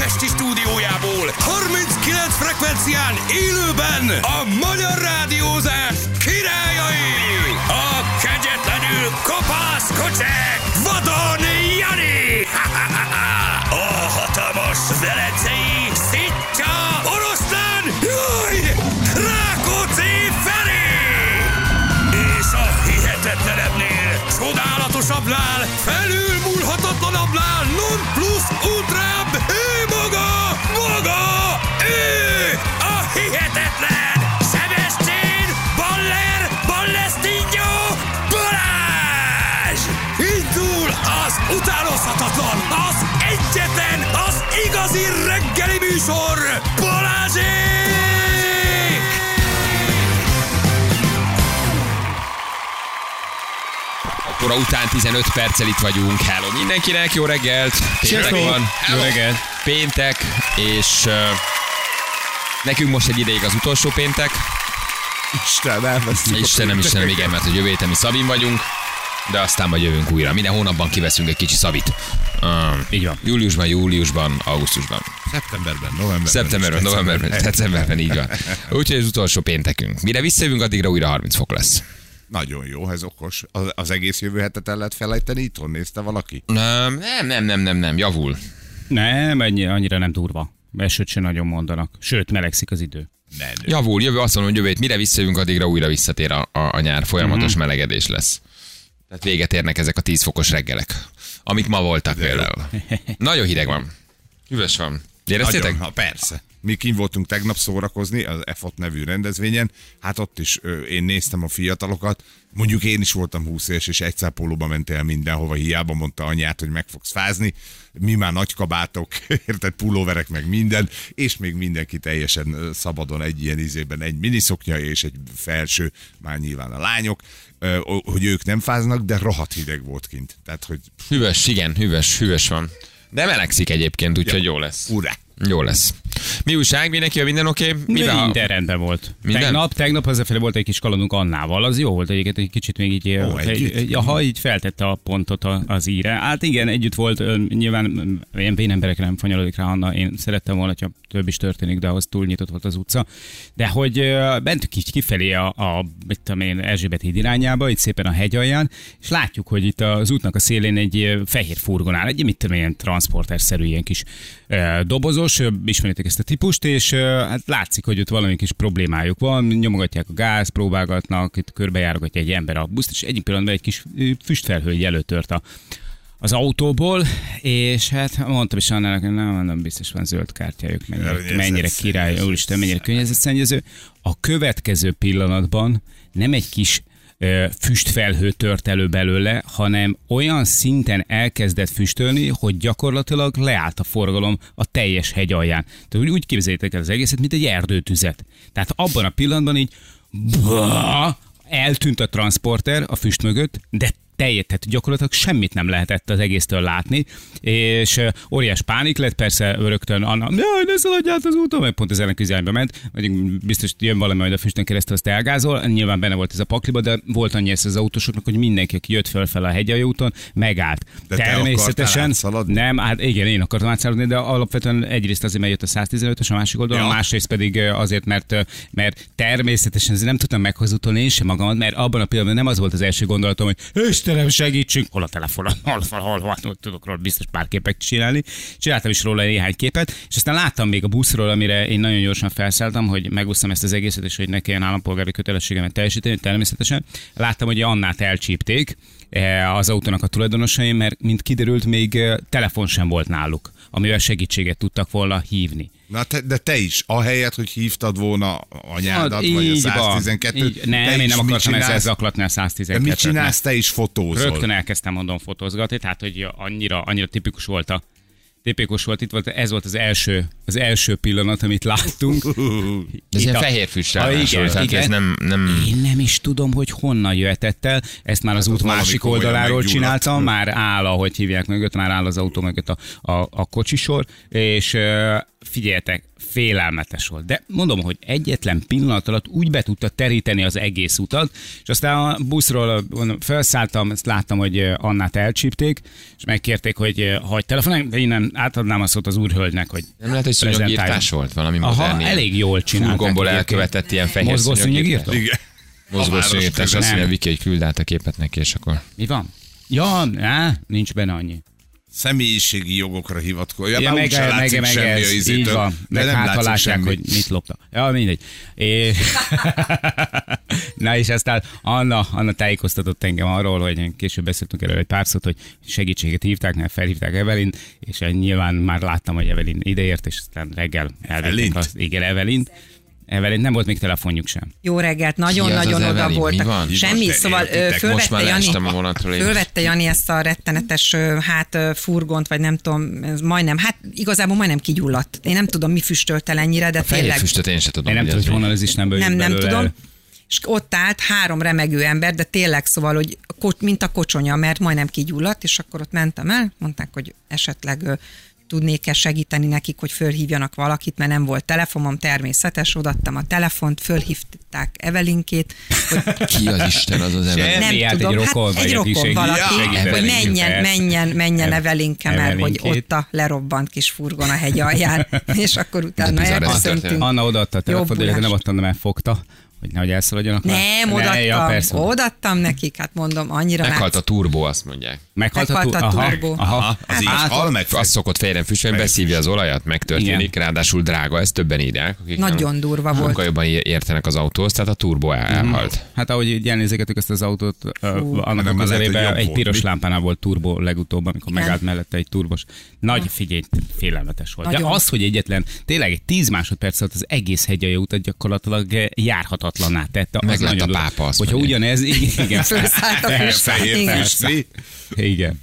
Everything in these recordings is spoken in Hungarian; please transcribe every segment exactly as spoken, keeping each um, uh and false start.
pesti stúdiójából harminckilenc frekvencián élőben a magyar rádiózás királyai, a kegyetlenül kopász kocsek, Vadon Jani, a hatalmas velencei Szitja Oroszlán, jaj, Rákóczi Feri, és a hihetetlenebbnél, csodálatosabbnál, felülmúlhatatlanabbnál, non plus ultrább, ő maga, maga, ő a hihetetlen Sebestyén Baller Ballestinho Balázs! Indul az utánozhatatlan, az egyetlen, az igazi reggeli műsor, Balázsék! Óra után tizenöt perccel itt vagyunk. Hello mindenkinek, jó reggelt! Péntek van. Jó reggelt! Péntek, és uh, nekünk most egy ideig az utolsó péntek. Isten, elveszünk. Istenem, Istenem, igen, mert hogy jövő héten mi Szabin vagyunk, de aztán majd jövünk újra. Minden hónapban kiveszünk egy kicsi Szabit. Uh, Így van. Júliusban, júliusban, augusztusban. Szeptemberben, novemberben. Szeptemberben, novemberben, decemberben, így van. Úgyhogy az utolsó péntekünk. Mire visszajövünk, addigra újra harminc fok lesz. Nagyon jó, ez okos. Az, az egész jövő hetet el lehet felejteni, itthon nézte valaki? Nem, nem, nem, nem, nem, nem, javul. Nem, ennyi, annyira nem durva. Esőt se nagyon mondanak. Sőt, melegszik az idő. Nem. Javul, jövő azt mondom, hogy jövő hét mire visszajövünk, addigra újra visszatér a, a, a nyár. Folyamatos uh-huh. melegedés lesz. Tehát véget érnek ezek a tíz fokos reggelek, amik ma voltak de például. Nagyon hideg van. Hűvös van. Éreztétek? Nagyon, ha persze. Mi kint voltunk tegnap szórakozni az e fot nevű rendezvényen, hát ott is ö, én néztem a fiatalokat, mondjuk én is voltam húsz éves, és egy szápolóba mentél mindenhova, hiába mondta anyát, hogy meg fogsz fázni, mi már nagy kabátok, érted, pulóverek meg minden, és még mindenki teljesen szabadon egy ilyen izében, egy miniszoknya és egy felső, már nyilván a lányok, ö, hogy ők nem fáznak, de rohadt hideg volt kint. Tehát, hogy... Hűvös, igen, hűvös, hűvös van. De melegszik egyébként, úgyhogy jó lesz. Ura! Jó lesz. Mi újság? Mindenki, minden oké? Okay? Minden rendben volt. Minden? Tegnap, tegnap azért volt egy kis kalandunk Annával, az jó volt egyébként, egy kicsit még így, Ó, egy, ha így feltette a pontot az íre. Hát igen, együtt volt, nyilván ilyen vén emberekre nem fanyalodik rá Anna, én szerettem volna, hogyha több is történik, de ahhoz túl nyitott volt az utca. De hogy mentünk így kifelé a, a mit tudom én, Erzsébet híd irányába, itt szépen a hegy alján, és látjuk, hogy itt az útnak a szélén egy fehér furgon áll, egy mit tudom ilyen transporterszerű ilyen kis dobozos, ismeritek ezt a típust, és hát látszik, hogy ott valami kis problémájuk van, nyomogatják a gáz, próbálgatnak, itt körbejárogatja egy ember a buszt, és egyik pillanatban egy kis füstfelhő előtört a, az autóból, és hát mondtam is Annának, hogy nem, nem biztos van zöld kártyájuk, mennyire, mennyire király, úristen, mennyire környezetszennyező. A következő pillanatban nem egy kis füstfelhő tört elő belőle, hanem olyan szinten elkezdett füstölni, hogy gyakorlatilag leállt a forgalom a teljes hegy alján. Tehát úgy képzeljétek el az egészet, mint egy erdőtüzet. Tehát abban a pillanatban így bá, eltűnt a transporter a füst mögött, de teljes, tehát gyakorlatilag semmit nem lehetett az egésztől látni, és óriás pánik lett, persze rögtön Anna, jaj, ne szaladj át az úton, mert pont az ellenkező irányba ment, vagy biztos jön valami majd a füstön keresztül, azt elgázol, nyilván benne volt ez a pakliba, de volt annyi ez az autósoknak, hogy mindenki, aki jött fölfel a hegyalja úton, megállt. De természetesen nem, hát igen, én akartam átszaladni, de alapvetően egyrészt azért, mert jött a száztizenötös a másik oldalon, ja. Másrészt pedig azért, mert, mert természetesen nem tudtam meghozutolni én sem magamat, mert abban a pillanatban nem az volt az első gondolatom, hogy Istenem, segítsünk, hol a telefon, hol, hol, hol, hol, tudok róla biztos pár képet csinálni. Csináltam is róla néhány képet, és aztán láttam még a buszról, amire én nagyon gyorsan felszálltam, hogy megúsztam ezt az egészet, és hogy ne kelljen állampolgári kötelességemet teljesíteni, természetesen. Láttam, hogy Annát elcsípték az autónak a tulajdonosai, mert mint kiderült, még telefon sem volt náluk, amivel segítséget tudtak volna hívni. Na te, de te is, ahelyett, hogy hívtad volna anyádat, hát, vagy a száztizenkettőt. Nem, én nem akartam ezzel zaklatni a száztizenkettőt. De mit csinálsz, te is fotózol? Rögtön elkezdtem mondom fotózgatni, tehát hogy annyira, annyira tipikus volt a Tipikus volt, itt volt, ez volt az első, az első pillanat, amit láttunk. Ez ilyen fehér füstrálásról, tehát igen. Ez nem, nem... Én nem is tudom, hogy honnan jöhetett el, ezt már az hát út másik oldaláról csináltam, már áll, ahogy hívják mögött, már áll az autó mögött a, a, a kocsisor, és figyeljetek, félelmetes volt. De mondom, hogy egyetlen pillanat alatt úgy be tudta teríteni az egész utat, és aztán a buszról felszálltam, ezt láttam, hogy Annát elcsípték, és megkérték, hogy hagyj telefonálni, de innen átadnám a szót az úrhölgynek, hogy Nem lehet, hogy szúnyogírtás volt valami Aha, modern. elég jól csinálták. Furgonból egyébként. elkövetett ilyen fehér Mozgó szúnyogírtás. szúnyogírtó? Igen. Mozgó szúnyogírtás, azt Nem. mondja, Viki, hogy küld át a képet neki, és akkor... Mi van? Ja, á, nincs benne annyi. Személyiségi jogokra hivatkozja. Ja, Ja, meg, úgyse meg, látszik meg semmi ez, a így izétől, van. de Meg nem hát, ha látszik látják, semmi. hogy mit lopta. Ja, mindegy. É... Na és aztán Anna, Anna tájékoztatott engem arról, hogy később beszéltünk erről egy pár szót, hogy segítséget hívták, mert felhívták Evelint, és nyilván már láttam, hogy Evelin ideért, és aztán reggel elvitték Evelint? azt. Igen, Evelint. Evelint nem volt még telefonjuk sem. Jó reggelt, Ki az nagyon-nagyon az oda Evelyn? Mi voltak. van? Semmi, Te szóval ö, értitek, Most fölvette már Jani, leestem a vonatról. én. fölvette Jani ezt a rettenetes ö, hát ö, furgont, vagy nem tudom, ez majdnem, hát igazából majdnem kigyulladt. Én nem tudom, mi füstölt el ennyire, de A fehér tényleg füstöt én sem tudom. Én nem hogy tudom, ez hogy mi. honnan ez is nem bőjött nem, nem belőle. tudom. És ott állt három remegő ember, de tényleg szóval, hogy ko- mint a kocsonya, mert majdnem kigyulladt, és akkor ott mentem el, mondták, hogy esetleg ö, tudnék-e segíteni nekik, hogy fölhívjanak valakit, mert nem volt telefonom, természetes, odaadtam a telefont, fölhívták Evelinkét, hogy Ki az Isten az az Evelyn? nem Mi, hát egy tudom, rokon, hát vagy egy aki rokon segít- valaki, segít hogy Evelinkét, menjen, persze. menjen, menjen Ev- Evelinke, mert hogy Evelinkét. ott a lerobbant kis furgon a hegy alján, és akkor utána bizarr ez a elköszöntünk. történet. Anna odaadta a telefont, de Jobbulás. nem adtam, de megfogta, hogy nehogy elszaladjanak. már. Nem, Ne, odaadtam, ja, persze. odaadtam nekik, hát mondom, annyira Meghalt a látsz- turbó, azt mondják. Meghalt a, Meghalt a tu- aha, turbó. aha. Az így Hát, hal meg. Az szokott fejren füstölni, beszívja az olajat, megtörténik, Igen. ráadásul drága, ezt többen írják. Akik Nagyon nem- durva volt. sokkal jobban értenek az autóhoz, tehát a turbó el- elhalt. Hát ahogy így elnézegetük ezt az autót, ö, annak hanem a lehet, közelében hogy jobb egy volt, piros mi? lámpánál volt turbó legutóbb, amikor Igen. megállt mellette egy turbos. Nagy figyelj, félelmetes volt. De Nagyon. az, hogy egyetlen, tényleg egy tíz másodperc alatt az egész hegyalja utat gyakorlatilag eh, járhatatlanná tette. Az Meg lett nagyon a durva. pápa, azt Hogyha mondják. ugyanez, igen, Fölszállt a Persze, füst. Fehér Igen. füst, mi? igen.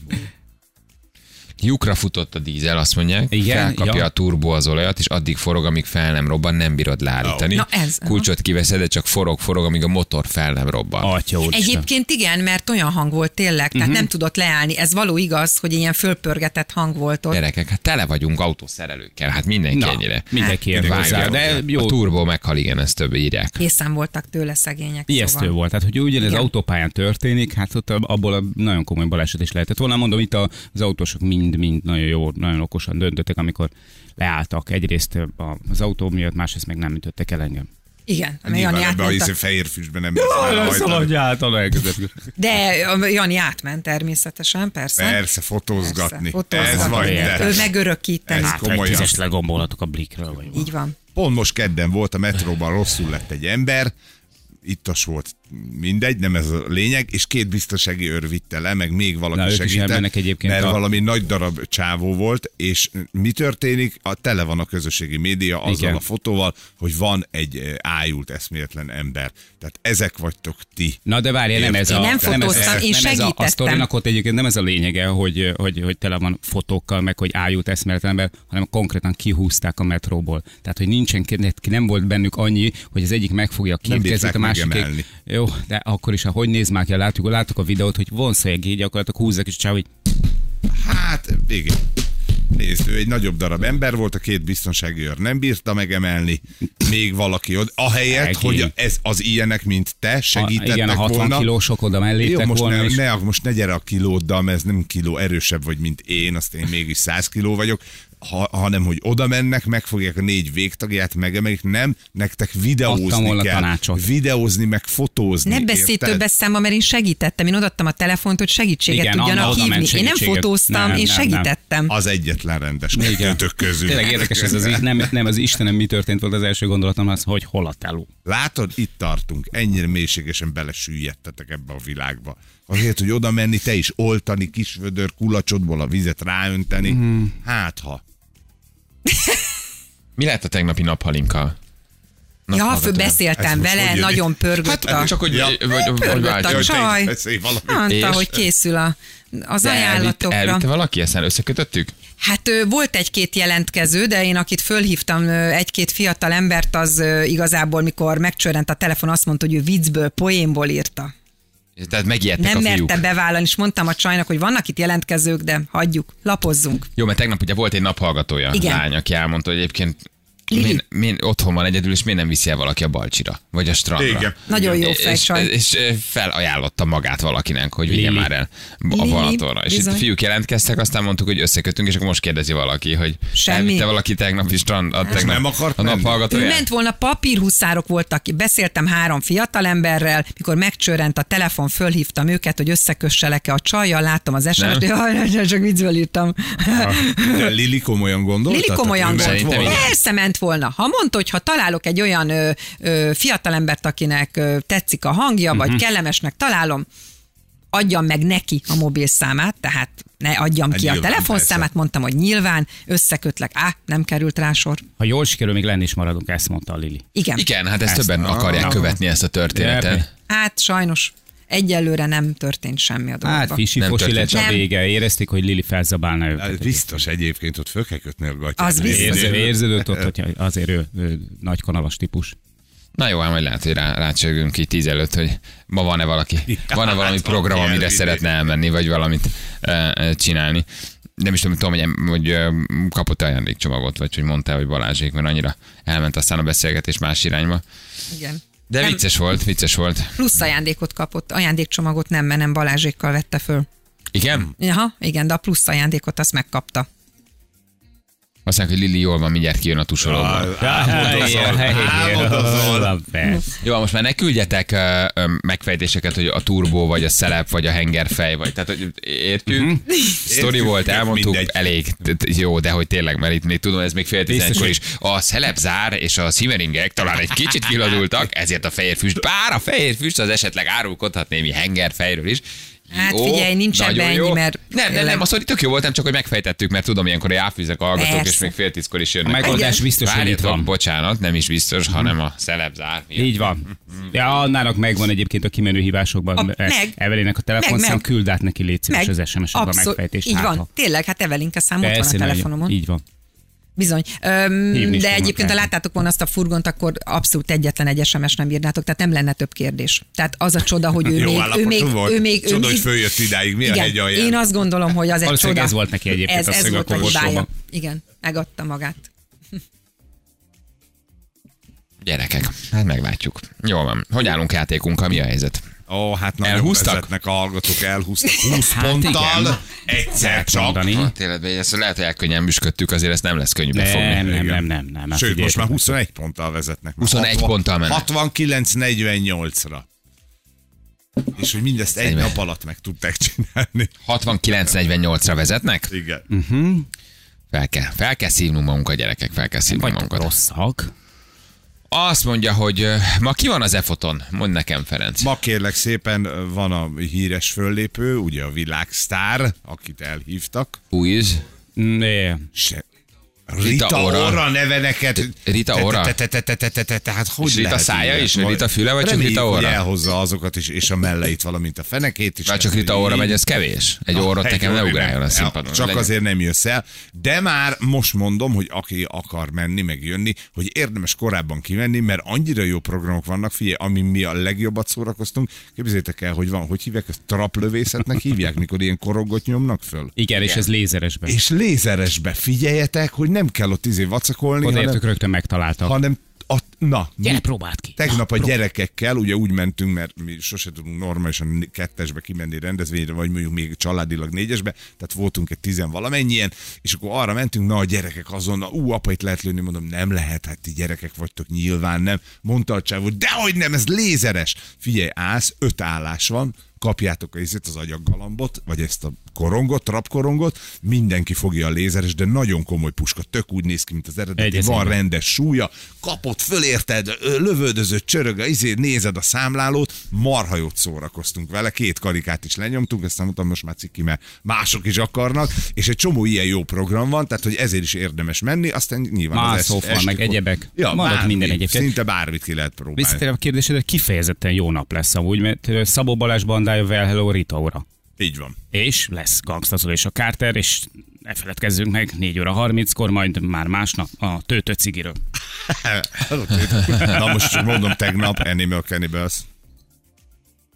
Lyukra futott a dízel, azt mondják. Igen, Felkapja ja. a turbó az olajat, és addig forog, amíg fel nem robban, nem bírod leállítani. Na ez, aha. Kulcsot kiveszed, de csak forog, forog, amíg a motor fel nem robban. Atya úristen. Egyébként igen, mert olyan hang volt tényleg, tehát nem tudott leállni. Ez való igaz, hogy ilyen fölpörgetett hang volt ott. Gyerekek, hát tele vagyunk autószerelőkkel, hát mindenki Na, ennyire. mindenki ért mindenki hozzá, várja. de jó. A turbó meghal, igen, ezt több írják. Készen voltak tőle szegények. Ijesztő szóval. volt. Tehát, hogy ugyanez Igen. autópályán történik, hát ott abból a nagyon komoly baleset is lehetett volna. Mondom, itt az autósok mind-mind nagyon jó, nagyon okosan döntöttek, amikor leálltak. Egyrészt az autó miatt, másrészt meg nem ütöttek el engem. Igen, mert Nyilván Jani ebbe a átment. izé A... fehér füstben nem lesz rajta. által elkezdett. De Jani átment természetesen, persze. Persze, fotózgatni. Persze, fotózgatni. Ez vagy Érted. te. Ő megörökíteni. Ez Hát, komolyan. egy tízes legombolatok a blikről. Vagy Így van. Pont most kedden volt a metróban, rosszul lett egy ember, ittas volt, mindegy, nem ez a lényeg, és két biztonsági őr vitte le, meg még valaki Na, ők is segített, elmennek egyébként mert a- valami nagy darab csávó volt, és mi történik? A tele van a közösségi média azzal Igen. a fotóval, hogy van egy eh, ájult eszméletlen ember. Tehát ezek vagytok ti. Na de várjál, nem ez Én a... nem ez- fotóztam, ez- én nem ez a, a segítettem. sztorinak ott egyébként nem ez a lényege, hogy, hogy, hogy tele van fotókkal, meg hogy ájult eszméletlen ember, hanem konkrétan kihúzták a metróból. Tehát, hogy nincsen, nem volt bennük annyi, hogy az egyik megfogja a Nem két kezét, bírták a másik. megemelni. Jó, de akkor is, ahogy néz már ki, látjuk, láttuk a videót, hogy vonszolják így, gyakorlatilag húzzák, és csáv, hogy Hát, igen. Nézd, ő egy nagyobb darab ember volt, a két biztonsági őr nem bírta megemelni, még valaki ott, ahelyett, Egész. hogy ez az ilyenek, mint te, a, segítettek igen, a hatvan volna. kilósok oda mellé Jó, léptek most volna, ne, és ne, most ne gyere a kilóddal, mert ez nem kiló, erősebb vagy, mint én, azt én mégis száz kiló vagyok, ha, hanem, hogy oda mennek, megfogják a négy végtagját, megemelik, nem, nektek Adtam videózni volna kell. tanácsot. Videózni, meg fotózni. Ne beszélj érted? többes számba, mert én segítettem. Én odaadtam a telefont, hogy segítséget Igen, tudjanak Anna oda hívni. ment Én nem segítséget. fotóztam, Nem, én nem, nem. segítettem. Az egyetlen rendes Igen. kettőtök közül. tényleg érdekes ez az, nem, nem az Istenem mi történt volt az első gondolatom, az, hogy hol a teló. Látod, itt tartunk. Ennyire mélységesen belesüllyedtetek ebbe a világba. Azért, hogy oda menni, te is oltani, kis vödör kulacsodból a vizet ráönteni. Mm. Hát ha. Mi lett a tegnapi naphalinkkal? Ja, fő Naphallgatója. Ez beszéltem most vele, hogy jön? nagyon pörgött a... Hát csak, hogy, Ja. vagy, vagy, vagy Pörgött a váltjuk. csaj. Beszélj valami. Mondta, És? hogy készül a, az De elvitt, ajánlatokra. elvitte valaki, ezt összekötöttük? Hát ö, volt egy-két jelentkező, de én akit fölhívtam, ö, egy-két fiatal embert, az ö, igazából, mikor megcsörrent a telefon, azt mondta, hogy ő viccből, poénból írta. Tehát megijedtek Nem a fiúk. merte bevállalni, és mondtam a csajnak, hogy vannak itt jelentkezők, de hagyjuk, lapozzunk. Jó, mert tegnap ugye volt egy naphallgatója, Igen. lány, aki elmondta, hogy egyébként Miért, miért otthon van egyedül, és miért nem viszi el valaki a Balcsira? Vagy a strandra? Igen. Nagyon jó És, fejcsaj. és, és felajánlotta magát valakinek, hogy vigye Lili. már el a Lili, Balatonra. És itt bizony. a fiúk jelentkeztek, aztán mondtuk, hogy összekötünk, és akkor most kérdezi valaki, hogy Semmi. elvitte valaki tegnap is strand, a, tegnap, nem akart a menni? Ő naphallgatóját? ment volna, papírhuszárok voltak, beszéltem három fiatalemberrel, mikor megcsörrent a telefon, fölhívtam őket, hogy összekösselek-e a csajjal, láttam az es em es-t, jaj, csak viccből írtam. De Lili komolyan gondolta? Lili komolyan Tehát ő ment Szerintem volna? igen. Persze ment volna. Ha mondta, hogy ha találok egy olyan ö, ö, fiatalembert, akinek ö, tetszik a hangja, uh-huh. vagy kellemesnek találom, adjam meg neki a mobilszámát, tehát ne adjam Hát ki a nyilván, telefonszámát, persze. mondtam, hogy nyilván, összekötlek. Á, nem került rá sor. Ha jól sikerül, még lenni is maradunk, ezt mondta a Lili. Igen. Igen, hát ezt Ezt- többen akarják Ah. követni ezt a történetet. Hát sajnos egyelőre nem történt semmi a dologba. Hát fisi Nem fosi történt lett a semmi. vége, érezték, hogy Lili felzabálna Hát őket. biztos egyébként ott föl kell kötni a gatyát. Az biztos. Érző, érződött ott, hogy azért ő, ő nagy kanalas típus. Na jó, ám majd lehet, hogy rá, rácsörgünk így tíz előtt, hogy ma van-e valaki, van-e valami Hát, program, van amire ilyen szeretne elmenni, vagy valamit e, csinálni. Nem is tudom, tudom, hogy, hogy ö, kapott ajándékcsomagot, vagy hogy mondta, hogy Balázsék, mert annyira elment aztán a beszélgetés más irányba. Igen. De Nem. vicces volt, vicces volt. Plusz ajándékot kapott, ajándékcsomagot nem, mert nem Balázsékkal vette föl. Igen? Aha, igen, de a plusz ajándékot azt megkapta. Azt mondják, hogy Lili jól van, mindjárt kijön a tusolóból. Álmodozol, álmodozol. Jó, most már ne küldjetek ö, ö, megfejtéseket, hogy a turbó, vagy a szelep, vagy a hengerfej, vagy tehát, hogy értjük. Uh-huh. Sztori Értjük, volt, tök elmondtuk, mindegy. elég. T- t- Jó, de hogy tényleg, mert itt még tudom, ez még fél tizenegykor is. Biztos, A szelepzár és a szimmeringek talán egy kicsit kiladultak, ezért a fehér füst, bár a fehér füst az esetleg árulkodhat némi hengerfejről is. Hát figyelj, nincs nagyon ebbe jó. ennyi, mert Nem, nem, nem, tényleg- a sztori tök jó volt, nem csak, hogy megfejtettük, mert tudom, ilyenkor elfűzek a hallgatók, Persze. és még fél tízkor is A jönnek. megoldás biztos, hogy itt Várjatok, van. bocsánat, nem is biztos, hanem a szelepzár. Így van. Ja, Annának megvan egyébként a kimenő hívásokban. A- e- meg. Evelének a telefonszám, Meg, meg. küld át neki légy szíves Meg. az es em es-ekben a Abszolút. megfejtést. Így hát, van. ha- Tényleg, hát Evelinke szám ott van a Persze, nagyon- telefonomon. Így van. Bizony. Öm, Hívni is de fognak egyébként, ha rá. láttátok volna azt a furgont, akkor abszolút egyetlen egy es em es nem írnátok, tehát nem lenne több kérdés. Tehát az a csoda, hogy ő Jó még, ő állapotú még, volt. ő még, ő Csoda, hogy még, följött idáig. Mi a hegy igen, alján? én azt gondolom, hogy az egy Valószínűleg csoda. ez volt neki egyébként ez, a ez szög a volt a kobosóban. hibája. Igen, megadta magát. Gyerekek, hát meglátjuk. Jól van. Hogy állunk játékunkkal, mi a helyzet? Ó, hát nagyon Elhúztak? vezetnek a hallgatók, elhúztak húsz Hát ponttal, igen. egyszer Lehet csak. mondani. Hát életben, ezt lehet, hogy elkönnyebbüsködtük, azért ezt nem lesz könnyű befogni. Nem, nem, Igen. nem, nem, nem. hát Sőt, most figyeljetek már meg. huszonegy ponttal vezetnek. Már huszonegy hatvan ponttal mennek. hatvankilenc negyvennyolcra. És hogy mindezt egy Ennyi. nap alatt meg tudták csinálni. hatvankilenc negyvennyolcra vezetnek? Igen. Fel kell, fel kell szívnunk magunkat, gyerekek, fel kell szívnunk Vagytok magunkat. rosszak. Azt mondja, hogy ö, ma ki van az e-foton? Mondd nekem, Ferenc. Ma kérlek szépen van a híres föllépő, ugye a világsztár, akit elhívtak. Who is? Ne. Se... Rita Rita Ora. Ora neve neked. Rita Ora? Te- te- te- te- te- te- te- Tehát hogy És Rita lehet szája ilyet? is? Majd- Rita füle, vagy csak Reméljük, Rita hogy Ora? elhozza azokat is, és a melleit, valamint a fenekét is. Már csak Rita Ora megy, ez kevés. Egy orrot Egy nekem ne orr, ugráljon a nem. színpadon. Csak Legyen. azért nem jössz el. De már most mondom, hogy aki akar menni, meg jönni, hogy érdemes korábban kimenni, mert annyira jó programok vannak, figyelj, amin mi a legjobbat szórakoztunk. Képzeljétek el, hogy van, hogy hívják, ezt traplövészetnek hívják, mikor ilyen korogot nyomnak föl. Igen, és ez lézeresben. És lézeresbe figyeljetek, hogy nem kell ott izé vacakolni, Odaértük, hanem, rögtön megtaláltak. hanem a, na, Gyere, mi- próbáld ki. Tegnap a Na, próbáld. gyerekekkel, ugye úgy mentünk, mert mi sose tudunk normálisan kettesbe kimenni rendezvényre, vagy mondjuk még családilag négyesbe, tehát voltunk egy tizen valamennyien, és akkor arra mentünk, na a gyerekek azonnal, ú, apa, itt lehet lőni, mondom, nem lehet, hát ti gyerekek vagytok, nyilván nem. Mondta a csávó, dehogy nem, ez lézeres. Figyelj, állsz, öt állás van, kapjátok a izét, az agyaggalambot, vagy ezt a korongot, trapkorongot, mindenki fogja a lézeres, de nagyon komoly puska, tök úgy néz ki, mint az eredeti, Egyezem. van rendes súlya, kapott, fölérted, ö, lövöldözött, csörög, izé, nézed a számlálót, marha jót szórakoztunk vele, két karikát is lenyomtunk, aztán mondtam, most már ciki, mert mások is akarnak, és egy csomó ilyen jó program van, tehát hogy ezért is érdemes menni, aztán nyilván az Mászóf es- van, meg estikor- egyebek. Ja, Van ott bármi, minden egyébként. Szinte bármit ki lehet próbálni. Visszatérve a kérdésedre, kifejezetten jó nap lesz amúgy, mert ö, Szabó Balázs bandája Well Hello Rita Ora. Így van. És lesz Gangstazol és a Carter, és ne feledkezzünk meg, négy óra harminckor, majd már másnap a töltött cigiről. Na most mondom, tegnap Animal Cannibals.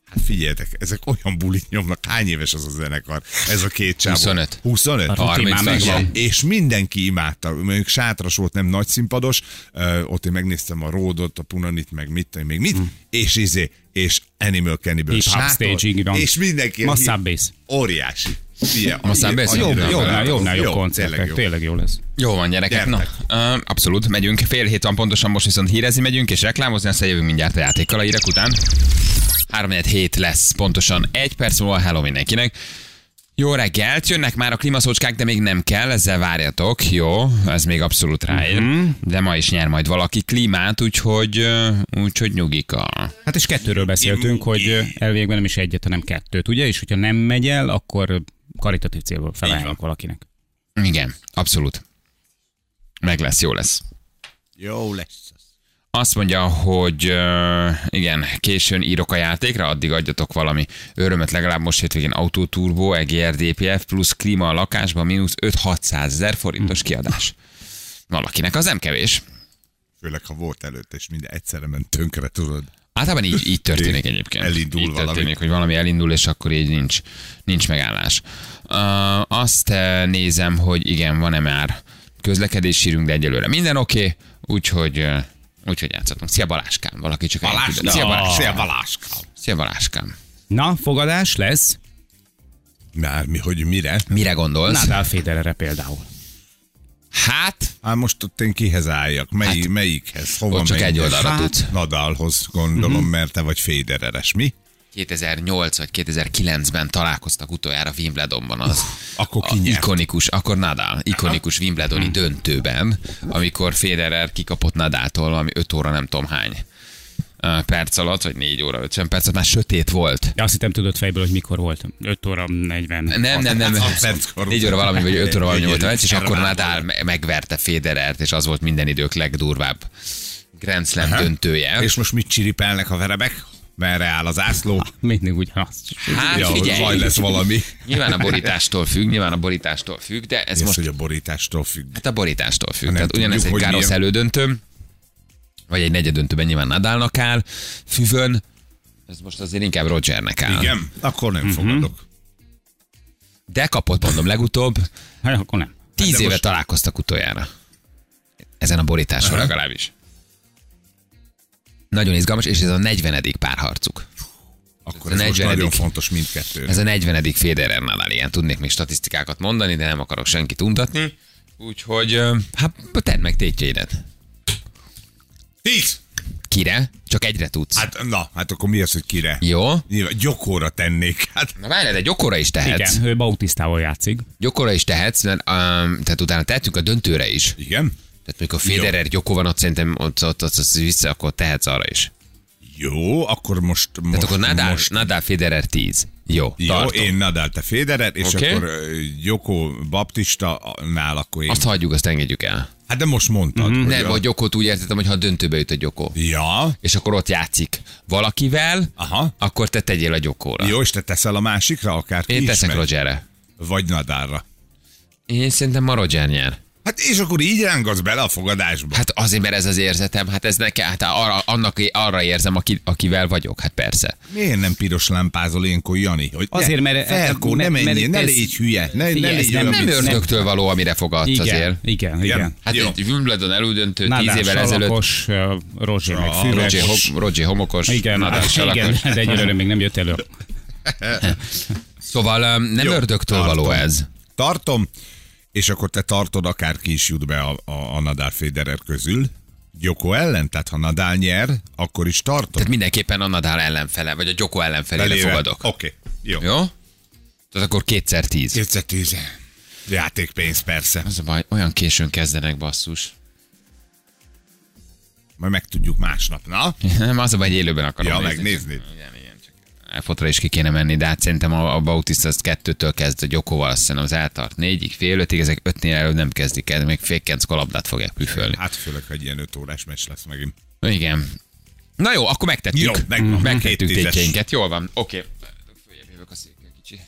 Hát figyeljetek, ezek olyan bulit nyomnak. Hány éves az a zenekar? Ez a két csávó. huszonöt. huszonöt? A rutin már megvan. És mindenki imádta. Mondjuk sátras volt, nem nagy színpados. Uh, ott én megnéztem a Ródot, a Punanit, meg mit, még mit. Hmm. És izé, és Animal Cannibal Hip-hop staging van. és mindenki. Massab bass. Óriási. Ilyen, Massab bass? annyira- Jó, Jó, annyira- jó, jó, jó jó, koncertek, tényleg jó. tényleg jó lesz. Jó van, gyerekek. Na, Gyertek. uh, abszolút, megyünk. Fél hét van pontosan, most viszont hírezni megyünk, és reklámozni, aztán jövünk mindjárt a játékkal a hírek után. három hét lesz, pontosan egy perc múlva, hello mindenkinek. Jó reggelt, jönnek már a klímaszócskák, de még nem kell, ezzel várjatok, jó, ez még abszolút ráér. Uh-huh. De ma is nyer majd valaki klímát, úgyhogy, ö, úgyhogy nyugika. Hát és kettőről beszéltünk, hogy ö, elvégben nem is egyet, hanem kettőt, ugye? És hogyha nem megy el, akkor karitatív célból felajánlunk valakinek. Igen, abszolút. Meg lesz, jó lesz. Jó lesz. Azt mondja, hogy uh, igen, későn írok a játékra, addig adjatok valami örömet, legalább most hétvégén autóturbó, E G R D P F plusz klíma a lakásban, mínusz öt-hatszázezer forintos kiadás. Valakinek az nem kevés. Főleg, ha volt előtt, és minden egyszerre ment tönkre, tudod. Általában így, így történik egyébként. Elindul így valami. történik, hogy valami elindul, és akkor így nincs, nincs megállás. Uh, azt uh, nézem, hogy igen, van-e már közlekedési de egyelőre minden oké, okay, úgyhogy... Uh, Úgyhogy játszhatunk. Szia Baláskám, valaki csak Balázs, elküldött. Szia Balázs. Szia Baláskám. Szia Baláskám. Na, fogadás lesz. Már mi, hogy mire? Mire gondolsz? Nadal Federerre például. Hát, Hát most ott én kihez álljak? Mely, hát, melyikhez? Hova ott csak menjek? egy oldalra Hát, tudsz. Nadalhoz gondolom, uh-huh. mert te vagy Federeres, mi? kétezer-nyolc vagy kétezer-kilencben találkoztak utoljára Wimbledonban az Akkor ki a nyert? ikonikus, akkor Nadal, ikonikus Wimbledoni döntőben, amikor Federer kikapott Nadaltól, ami öt óra nem tudom hány ö, perc alatt, vagy négy óra ötven perc alatt, már sötét volt. Ja, azt hittem tudod fejből, hogy mikor volt. öt óra negyven. Nem, nem, nem. perckor. négy óra valami, vagy öt óra valami volt, Egy- és egy- akkor egy- Nadal me- megverte Federert, és az volt minden idők legdurvább Grand Slam Aha. döntője. És most mit csiripelnek a verebek? Merre áll az ászló? Mindig ugyanaz. Hát Ja, figyelj, vagy lesz valami. nyilván a borítástól függ, nyilván a borítástól függ, de ez Ez most hogy a borítástól függ. hát a borítástól függ. Nem Tehát ugyanez tudjuk, egy hogy Garros milyen- elődöntő, vagy egy negyedöntőben nyilván Nadalnak áll, füvön, ez most azért inkább Rogernek áll. Igen? Akkor nem fogadok. De kapott, mondom, legutóbb, Hát, akkor nem. tíz de éve most- találkoztak utoljára. Ezen a borításon Aha. legalábbis. Nagyon izgalmas, és ez a negyvenedik párharcuk. Akkor Ez ez a most nagyon negyvenedik. fontos mindkettő. Ez a negyvenedik Federer Nadal, ilyen tudnék még statisztikákat mondani, de nem akarok senkit untatni. Úgyhogy, ö, hát tedd meg tétjeidet. Tíz! Kire? Csak egyre tudsz. Hát na, hát akkor mi az, hogy kire? Jó? Nyilván gyokóra tennék. Hát Na várjál, de Gyokora is tehetsz. Igen, ő Bautisztával játszik. Gyokora is tehetsz, mert um, tehát utána tehetünk a döntőre is. igen? Tehát mikor Federer Gyoko van, ott szerintem ott, ott, ott, ott vissza, akkor tehetsz arra is. Jó, akkor most... most Tehát akkor Nadal, most Nadal Federer tíz. Jó, jó, tartom. én Nadal, te Federer, és Oké. akkor ö, Gyoko Baptista nál, akkor én. Azt hagyjuk, azt engedjük el. Hát de most mondtad. Mm, hogy nem, a- hogy Gyokót úgy értettem, hogy ha a döntőbe jut a Gyoko, Ja, és akkor ott játszik valakivel, aha. akkor te tegyél a Gyokóra. Jó, és te teszel a másikra, akár ki Én is teszek megy? Rogerre. Vagy Nadalra. Én szerintem ma Roger nyer. Hát és akkor így rángasz bele a fogadásba. Hát azért, mert ez az érzetem, hát ez nekem, hát arra, annak, arra érzem, aki, akivel vagyok, hát persze. Miért nem piros lámpázol ilyenkor, Jani? Hogy Azért, ne, mert- Felkó, ne mert- menjél, mert ne ez- légy hülye, ne, ne Figyelj, ez légy nem- olyan, Nem mint- ördögtől való, amire fogadsz Igen, azért. igen, igen. Hát Jó. egy Wimbledon elődöntő tíz Nadal évvel ezelőtt. salakos, ö, Roger meg Ah, füves. Roger, hom, Roger homokos, Igen, Nadal hát salakos. igen, de egyelőre még nem jött elő. Szóval um, nem Jó, ördögtől tartom. való ez. Tartom, és akkor te tartod, akárki is jut be a, a, a Nadal Federer közül. Gyoko ellen? Tehát ha Nadal nyer, akkor is tartod. Tehát mindenképpen a Nadal ellenfele, vagy a Gyoko ellenfelére Beléve. fogadok. Oké, jó. Jó? Tehát akkor kétszer tíz. Kétszer tíz. Játékpénz, persze. Az a baj, olyan későn kezdenek, basszus. Majd megtudjuk másnap, na? Nem, az a baj, hogy élőben akarom Ja, nézni. megnézni. Igen, igen, csak elfotra is ki kéne menni, de hát szerintem a, a Bautista az kettőtől kezd, a Gyokoval azt hiszem az eltart négyig, fél ötig, ezek ötnél előbb nem kezdik el, még fél kilenckor labdát fogják püfölni. Hát főleg, hogy ilyen öt órás meccs lesz megint. Igen. Na jó, akkor megtettük. Jó, megvan. Megtettük Két tízes. tétjeinket. Jól van, oké. Följebb jövök a székkel kicsi.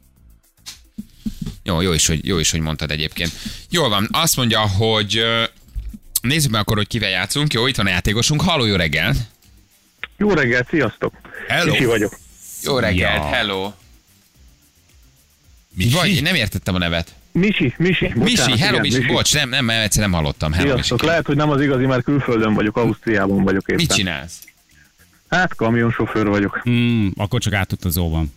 Jó, jó is, hogy, jó is, hogy mondtad egyébként. Jól van, azt mondja, hogy ö, nézzük meg akkor, hogy kivel játszunk. Jó, itt van a játékosunk. Halló, jó reggel. Jó reggelt, sziasztok! Hello. Kicsi vagyok. Jó reggelt, Ja. hello. Misi? Vagy, én nem értettem a nevet. Misi, Misi. Bocsánat, Misi, hello igen, Misi, bocs, nem, nem, egyszer nem hallottam. Hello Misi. Sziasztok, lehet, hogy nem az igazi, mert külföldön vagyok, Ausztriában vagyok éppen. Mit csinálsz? Hát kamionsofőr vagyok. Hmm, akkor csak átutazóban.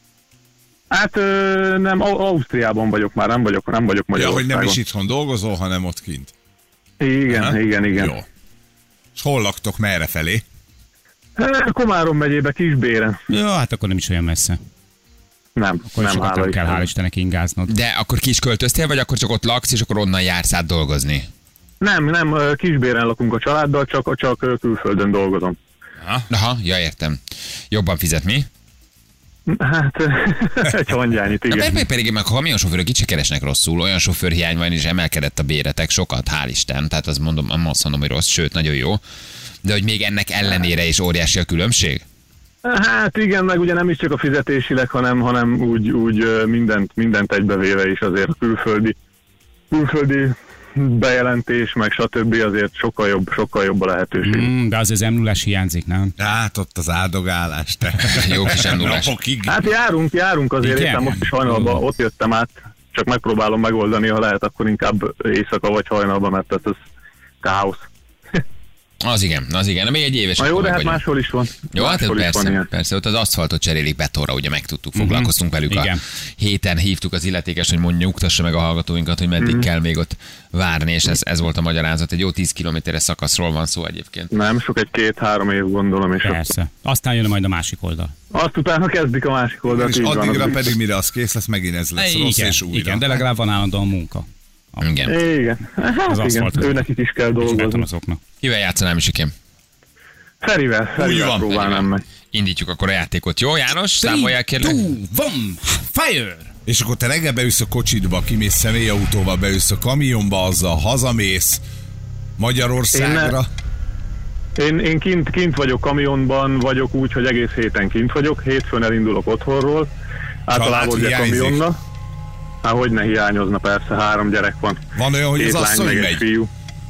Hát ö, nem, Au- Ausztriában vagyok már, nem vagyok, nem vagyok Ja, hogy Magyarországon. nem is itthon dolgozol, hanem ott kint. Igen, Aha. igen, igen. Jó. És hol laktok, merre felé? Hát, Komárom megyébe, Kisbéren. Jó, hát akkor nem is olyan messze. Nem, Akkor nem, sokat hála nem kell, Istennek. hál' Istennek ingáznod. De akkor ki is költöztél, vagy akkor csak ott laksz, és akkor onnan jársz át dolgozni? Nem, nem, ö, Kisbéren lakunk a családdal, csak, csak ö, külföldön dolgozom. Aha, ja, értem. Jobban fizet, mi? Hát, egy hangyányit, Na, mert igen. meg pedig meg a kamionsofőrök itt se keresnek rosszul, olyan sofőrhiány van, és emelkedett a béretek sokat, hál' Isten. Tehát azt mondom, nem azt mondom, hogy rossz, sőt, nagyon jó. De hogy még ennek ellenére is óriási a különbség? Hát igen, meg ugye nem is csak a fizetésileg, hanem, hanem úgy, úgy ö, mindent, mindent egybevéve is azért a külföldi, külföldi bejelentés, meg stb. Azért sokkal jobb, sokkal jobb a lehetőség. Hmm, de az az em nullás hiányzik, nem? Hát ott az áldogálás, te. Jó kis endulás. Napokig. Hát járunk, járunk azért, Igen? éppen most is hajnalban ott jöttem át, csak megpróbálom megoldani, ha lehet, akkor inkább éjszaka vagy hajnalban, mert ez káosz. Az igen, az igen. Na, még egy éves. Na jó, akkor de meg hát vagyunk. máshol is van. Jó, hát Máshol is van persze, ilyen. persze, ott az aszfaltot cserélik betonra, ugye megtudtuk, foglalkoztunk velük a Igen. héten, hívtuk az illetékes, hogy mondja, nyugtassa meg a hallgatóinkat, hogy meddig kell még ott várni, és ez, ez volt a magyarázat. Egy jó tíz kilométeres szakaszról van szó egyébként. Nem, sok egy két-három év gondolom, és Persze. Aztán jön majd a másik oldal. azt utána kezdik a másik oldalt. És így van, addigra az- pedig mire az kész lesz, megint ez lesz rossz, igen, és újra. igen, de legalább van állandóan munka. Igen. Igen, hát Az igen, aszfalt az- ő nekik is kell És dolgozni. betonozóknak. Kivel játszanám is, ikém? Ferivel, Úgy Ferivel van, próbálnám meg. Indítjuk akkor a játékot. Jó, János? Számolják kérlek. Van, fire! És akkor te reggel beülsz a kocsidba, kimész személyautóval, beülsz a kamionba, azzal hazamész Magyarországra. Én, én kint, kint vagyok kamionban, vagyok úgy, hogy egész héten kint vagyok. Hétfőn elindulok otthonról. Általában ugye hiányzik? kamionna. Hát hogy ne hiányozna, persze, három gyerek van. Van olyan, hogy Két az lány, asszony meg egy megy. fiú.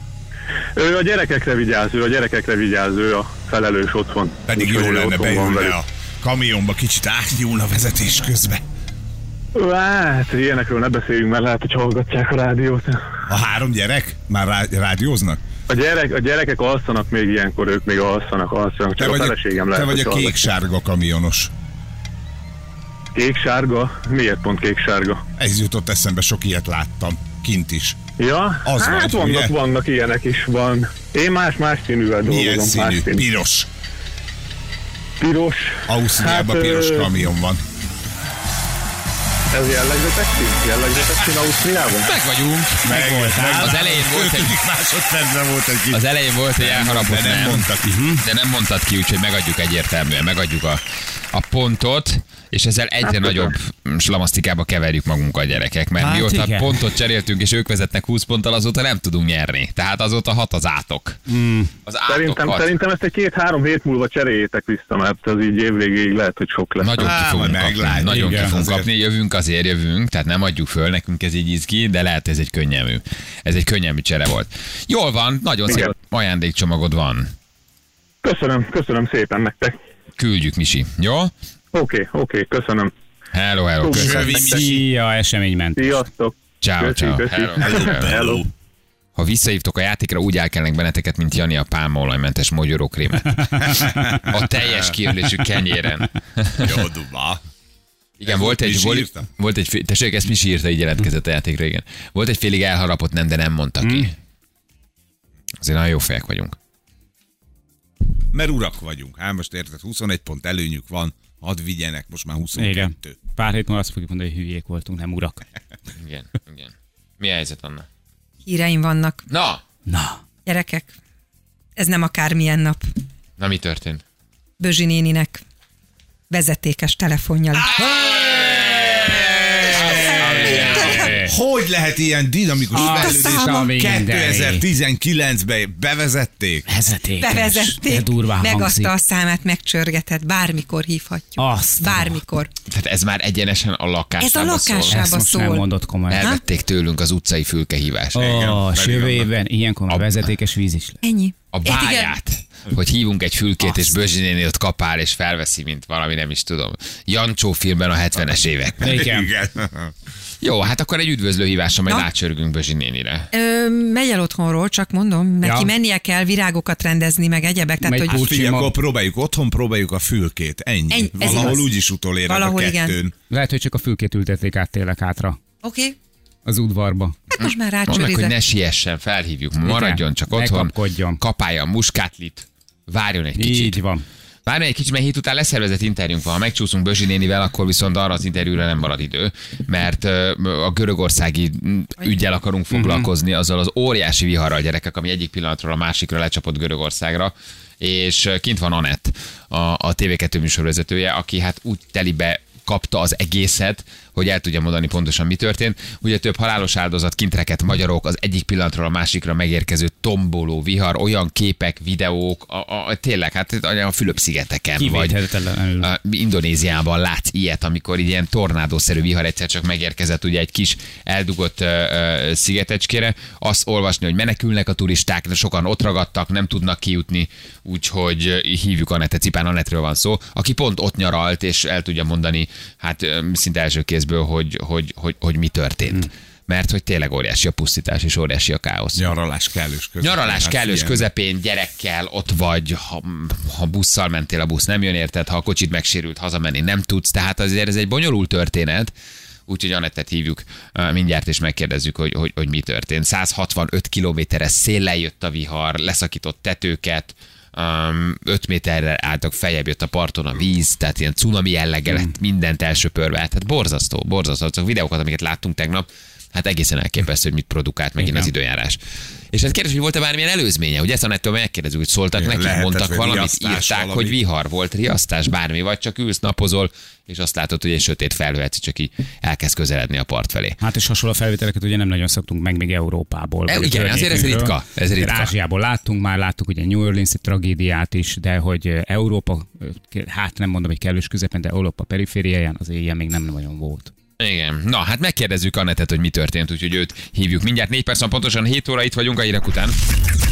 Ő a gyerekekre vigyáz, ő a gyerekekre vigyáz, ő a felelős otthon. Pedig Úgyhogy jó ő lenne otthon van beülni velük. a kamionba, kicsit átnyúlna vezetés közben. Hát, ilyenekről ne beszéljünk, mert lehet, hogy hallgatják a rádiót. A három gyerek? Már rá, rádióznak? A, gyerek, a gyerekek alszanak még ilyenkor, ők még alszanak, alszanak. Te Csak a vagy a, feleségem lehet, te vagy hogy a hallgatja. kék-sárga kamionos. Kék-sárga? Miért pont kék-sárga? Ez jutott eszembe, sok ilyet láttam. Kint is. Ja, Az hát vagy, vannak, ugye? vannak ilyenek is, van. Én más-más színűvel Milyen dolgozom. Más színű? színű. Piros. Piros. Ausztriában Hát, piros ö, kamion van. Ez jellegzetes szín? Jellegzetes szín Ausztriában? Meg vagyunk. Meg voltál. Az elején volt egy... ötödik másodpercben volt egy kis... Az elején volt egy elharapott, de nem mondta ki. De nem mondtad ki, úgyhogy megadjuk egyértelműen, megadjuk a, a pontot, és ezzel egyre Hát, nagyobb slamasztikába keverjük magunkat, gyerekek, mert Hát mióta igen. pontot cseréltünk, és ők vezetnek húsz ponttal, azóta nem tudunk nyerni. Tehát azóta hat az átok. Mm. Az átok Szerintem, hat. szerintem ezt egy két-három hét múlva cseréljétek vissza, mert az így évvégéig lehet, hogy sok lesz. Nagyon ki Á, fogunk majd kapni. meglátjuk. Nagyon ki Igen, fogunk azért. kapni. Jövünk, azért jövünk, tehát nem adjuk föl, nekünk ez így izgi, de lehet ez egy könnyelmű. Ez egy könnyelmű csere volt. Jól van, nagyon Igen. szép ajándékcsomagod van. Köszönöm, köszönöm szépen nektek. Küldjük, Misi. Jó? Oké, okay, oké, okay, köszönöm. Hello, hello, Köszönöm. köszönöm. Szia, eseményment. Sziasztok. Ciao, Köszi, ciao. köszi. Hello, hello. Hello. Ha visszahívtok a játékra, úgy elkelnek benneteket, mint Jani a pálmaolajmentes mogyorókrémet. A teljes kiölésű kenyéren. Jó, duba. Igen, Ez volt volt, egy, Misi volt, írta? volt egy, fél- tessék, ezt Misi írta, így jelentkezett a játékra, igen. Volt egy félig elharapott nem, de nem mondta ki. Azért nagyon jó fejek vagyunk. Mert urak vagyunk. Hát most érted, huszonegy pont előnyük van, hadd vigyenek, most már huszonkettő. Igen. Pár hét múlva azt fogjuk mondani, hogy hülyék voltunk, nem urak. Igen, igen. Mi a helyzet, Anna? Híreim vannak. Na, Na, Gyerekek, ez nem akármilyen nap. na mi történt? Bözsi néninek vezetékes telefonja lett. Hogy lehet ilyen dinamikus Azt fejlődés? a mindenit. kétezer-tizenkilencben bevezették? vezetékes. Bevezették, De durván hangzik. megadta a számát, megcsörgetett, bármikor hívhatjuk. Azt a Bármikor. Tehát ez már egyenesen a lakásába Ez a lakásába. szól. Ezt most nem szól. mondott komolyan. Elvették tőlünk az utcai fülkehívást. Ó, Igen, és pedig jövő annak- évben ilyenkor már Ab- vezetékes víz is lesz. Ennyi. A báját. Hogy hívunk egy fülkét, azt. És Bözsi néni ott kapál, és felveszi, mint valami, nem is tudom. Jancsó filmben a hetvenes években. Igen. Jó, hát akkor egy üdvözlő hívásra majd átsörgünk Bözsi nénire. Ö, megy el otthonról, csak mondom, neki Ja. mennie kell virágokat rendezni, meg egyebek. Tehát, Megy hogy Hát figyelj, Pucsima. akkor próbáljuk otthon, próbáljuk a fülkét. Ennyi. Ennyi, ez Valahol igaz. úgyis utolérnek Valahol a igen. kettőn. Lehet, hogy csak a fülkét ültették át tényleg hátra Oké, okay. az udvarba. hát most már Mondd meg, hogy rácsőrizek. ne siessen, felhívjuk, maradjon csak Ne otthon, kapkodjon. kapálja a muskátlit, várjon egy kicsit. Így van. Várjon egy kicsit, mert hét után leszervezett interjúnk van. Ha megcsúszunk Bözsi nénivel, akkor viszont arra az interjúra nem marad idő, mert ö, a görögországi üggyel akarunk foglalkozni, azzal az óriási viharral, gyerekek, ami egyik pillanatról a másikra lecsapott Görögországra, és kint van Anett, a, a té vé kettő műsorvezetője, aki hát úgy telibe kapta az egészet, hogy el tudja mondani pontosan, mi történt. Ugye több halálos áldozat, kint rekedt magyarok, az egyik pillanatról a másikra megérkező tomboló vihar, olyan képek, videók, a, a, tényleg, hát a Fülöp-szigeteken, vagy Kivéthetetlenül. a Indonéziában látsz ilyet, amikor ilyen tornádószerű vihar egyszer csak megérkezett ugye egy kis eldugott uh, uh, szigetecskére, azt olvasni, hogy menekülnek a turisták, de sokan ott ragadtak, nem tudnak kijutni, úgyhogy uh, hívjuk Anettet, Cipán Anettről van szó, aki pont ott nyaralt, és el tudja mondani, hát um, szinte első kézből, hogy, hogy, hogy, hogy mi történt. Hmm. Mert hogy tényleg óriási a pusztítás, és óriási a káosz. Nyaralás kellős közepén. Nyaralás Hát kellős ilyen. közepén, gyerekkel ott vagy, ha, ha busszal mentél, a busz nem jön érted, ha a kocsid megsérült, hazamenni nem tudsz, tehát azért ez egy bonyolult történet, úgyhogy Anettet hívjuk uh, mindjárt, és megkérdezzük, hogy, hogy, hogy mi történt. száz hatvanöt kilométeres széllel jött a vihar, leszakított tetőket, um, öt méterre álltak, feljebb jött a parton a víz, tehát ilyen cunami jellege lett, mindent elsöpörve, tehát borzasztó, borzasztó, azok videókat, amiket láttunk tegnap, hát egészen elképesztő, hogy mit produkált megint Igen. az időjárás. És hát kérdés, hogy volt-e bármilyen előzménye? Ugye ezt Anettől megkérdezzük, hogy szóltak Igen, neki, lehetett, mondtak vagy valamit, riasztás írták, valami. hogy vihar volt, riasztás, bármi, vagy csak ülsz, napozol, és azt látod, hogy egy sötét felhő egyszer csak így elkezd közeledni a part felé. Hát és hasonló felvételeket ugye nem nagyon szoktunk meg még Európából. E, vagy igen, a azért ez környékünkről. ritka, ez ritka. Ázsiából láttunk már, láttuk ugye New Orleans-i tragédiát is, de hogy Európa, hát nem mondom, hogy kellős közepén, de Európa perifériáján az ilyen még nem nagyon volt. Igen. Na, hát megkérdezzük Anettet, hogy mi történt, úgyhogy őt hívjuk mindjárt. Négy perc van pontosan, hét óra itt vagyunk a hírek után.